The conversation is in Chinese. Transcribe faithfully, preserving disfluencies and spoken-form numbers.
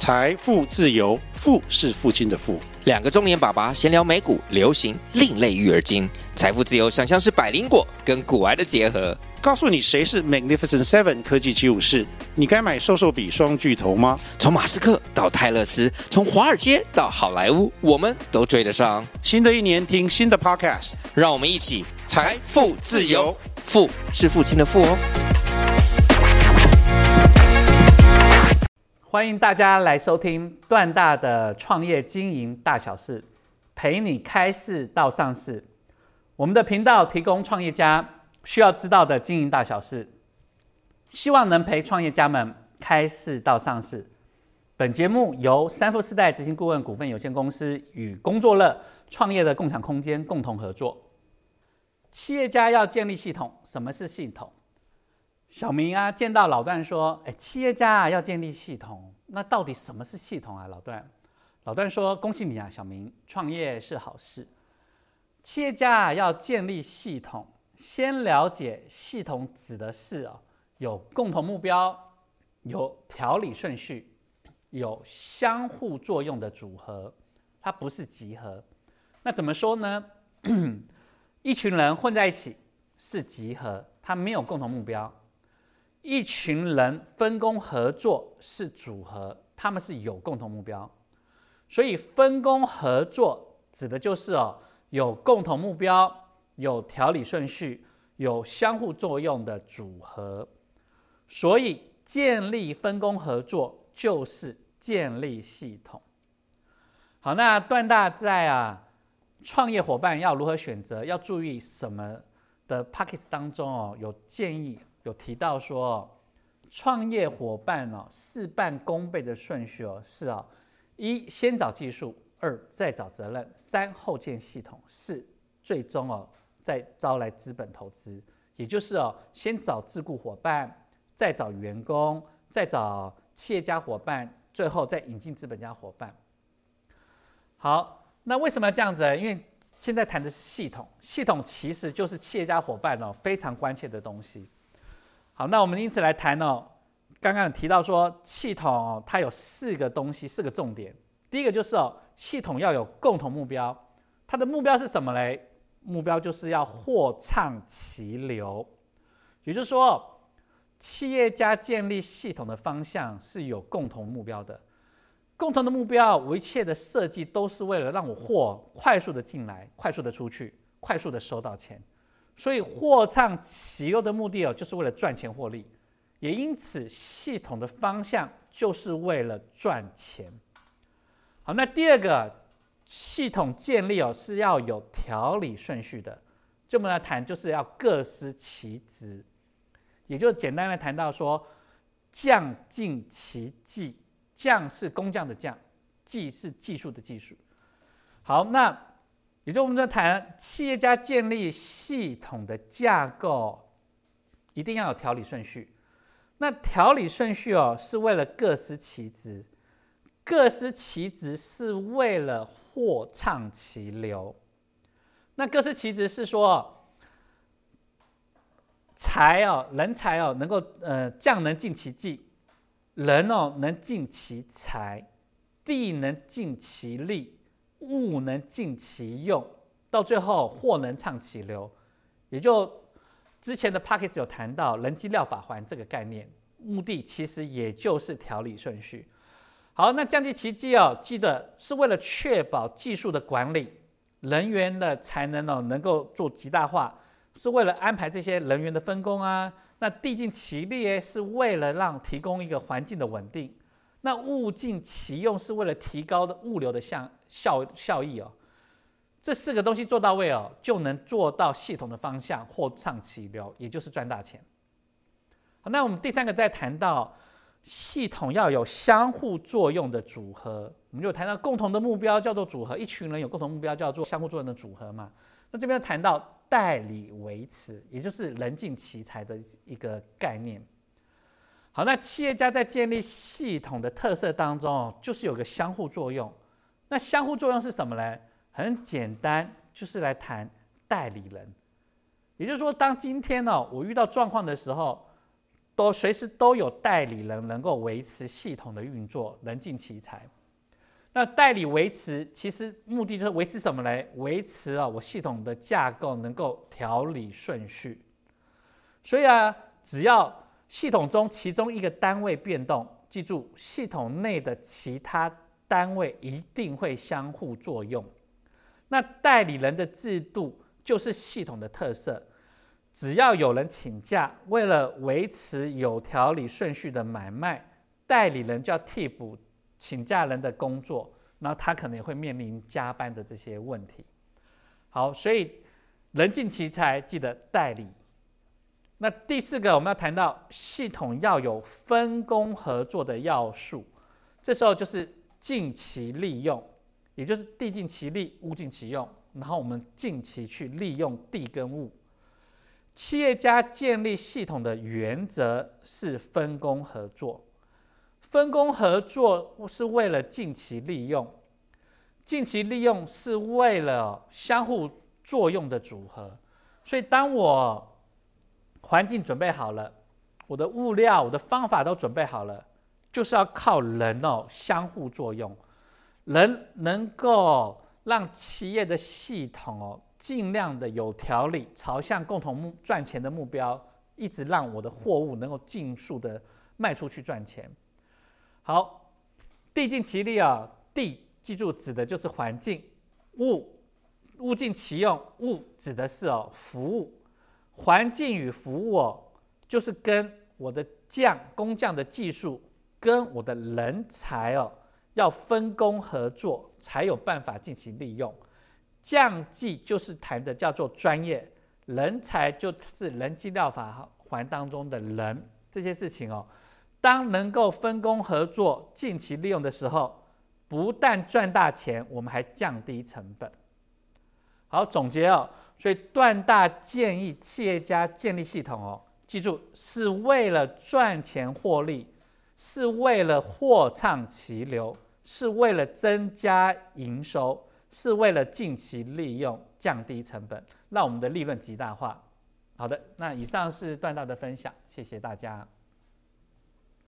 财富自由，富是父亲的富。 两个中年爸爸闲聊美股、流行、另类育儿经。财富自由想象是百灵果跟股癌的结合。 告诉你谁是 Magnificent Seven 科技七武士，你该买瘦瘦比双巨头吗？ 从马斯克到泰勒斯，从华尔街到好莱坞，我们都追得上。 新的一年听新的 Podcast， 让我们一起财富自由， 富是父亲的富哦。 欢迎大家来收听段大的创业经营大小事，陪你开市到上市。我们的频道提供创业家需要知道的经营大小事，希望能陪创业家们开市到上市。本节目由三富世代执行顾问股份有限公司与工作乐创业的共享空间共同合作。企业家要建立系统，什么是系统？小明啊，见到老段说：“哎，企业家啊要建立系统，那到底什么是系统啊？”老段，老段说：“恭喜你啊，小明，创业是好事。企业家啊要建立系统，先了解系统指的是哦，有共同目标，有条理顺序，有相互作用的组合，它不是集合。那怎么说呢？一群人混在一起是集合，它没有共同目标。”一群人分工合作是组合，他们是有共同目标，所以分工合作指的就是哦，有共同目标，有条理顺序，有相互作用的组合。所以建立分工合作就是建立系统。好，那段大在啊创业伙伴要如何选择，要注意什么的 Podcast 当中哦，有建议。有提到说，创业伙伴哦，事半功倍的顺序哦是哦，一先找技术，二再找责任，三后建系统，四最终哦再招来资本投资。也就是哦，先找自雇伙伴，再找员工，再找企业家伙伴，最后再引进资本家伙伴。好，那为什么要这样子？因为现在谈的是系统，系统其实就是企业家伙伴哦非常关切的东西。好，那我们因此来谈哦，刚刚有提到说系统哦，它有四个东西，四个重点。第一个就是哦，系统要有共同目标，它的目标是什么嘞？目标就是要货畅其流，也就是说，企业家建立系统的方向是有共同目标的。共同的目标，我一切的设计都是为了让我货快速的进来，快速的出去，快速的收到钱。所以货畅其流的目的哦，就是为了赚钱获利，也因此系统的方向就是为了赚钱。好，那第二个系统建立哦是要有条理顺序的，这么来谈就是要各司其职，也就简单的谈到说，匠尽其技，匠是工匠的匠，技是技术的技术。好，那也就我们在谈企业家建立系统的架构，一定要有条理顺序。那条理顺序哦，是为了各司其职，各司其职是为了货畅其流。那各司其职是说，才哦，人才哦，能够呃，匠能尽其技，人哦能尽其才，地能尽其力。物能尽其用，到最后货能畅其流，也就之前的 Podcast 有谈到人机料法环这个概念，目的其实也就是条理顺序。好，那匠尽其技哦，记得是为了确保技术的管理，人员的才能哦能够做极大化，是为了安排这些人员的分工啊。那地尽其力是为了让提供一个环境的稳定。那物尽其用是为了提高的物流的效效效益哦，这四个东西做到位哦，就能做到系统的方向货畅其流，也就是赚大钱。好，那我们第三个再谈到系统要有相互作用的组合，我们就谈到共同的目标叫做组合，一群人有共同目标叫做相互作用的组合嘛。那这边谈到代理维持，也就是人尽其才的一个概念。好，那企业家在建立系统的特色当中，就是有个相互作用。那相互作用是什么呢？很简单，就是来谈代理人。也就是说，当今天呢、哦，我遇到状况的时候， 都随时都有代理人能够维持系统的运作，人尽其才。那代理维持其实目的就是维持什么呢？维持啊我系统的架构能够条理顺序。所以啊，只要系统中其中一个单位变动，记住系统内的其他单位一定会相互作用。那代理人的制度就是系统的特色。只要有人请假，为了维持有条理顺序的买卖，代理人就要替补请假人的工作，然后他可能也会面临加班的这些问题。好，所以人尽其才，记得代理。那第四个，我们要谈到系统要有分工合作的要素，这时候就是尽其利用，也就是地尽其利，物尽其用，然后我们尽其去利用地跟物。企业家建立系统的原则是分工合作，分工合作是为了尽其利用，尽其利用是为了相互作用的组合。所以当我环境准备好了，我的物料、我的方法都准备好了，就是要靠人哦相互作用，人能够让企业的系统哦尽量的有条理，朝向共同赚钱的目标，一直让我的货物能够尽速的卖出去赚钱。好，地尽其利啊，地记住指的就是环境，物物尽其用，物指的是哦服务，环境与服务哦，就是跟我的匠工匠的技术跟我的人才哦要分工合作，才有办法进行利用。匠技就是谈的叫做专业，人才就是人机疗法环当中的人，这些事情哦，当能够分工合作、尽其利用的时候，不但赚大钱，我们还降低成本。好，总结哦，所以段大建议企业家建立系统哦，记住是为了赚钱获利，是为了货畅其流，是为了增加营收，是为了尽其利用，降低成本，让我们的利润极大化。好的，那以上是段大的分享，谢谢大家。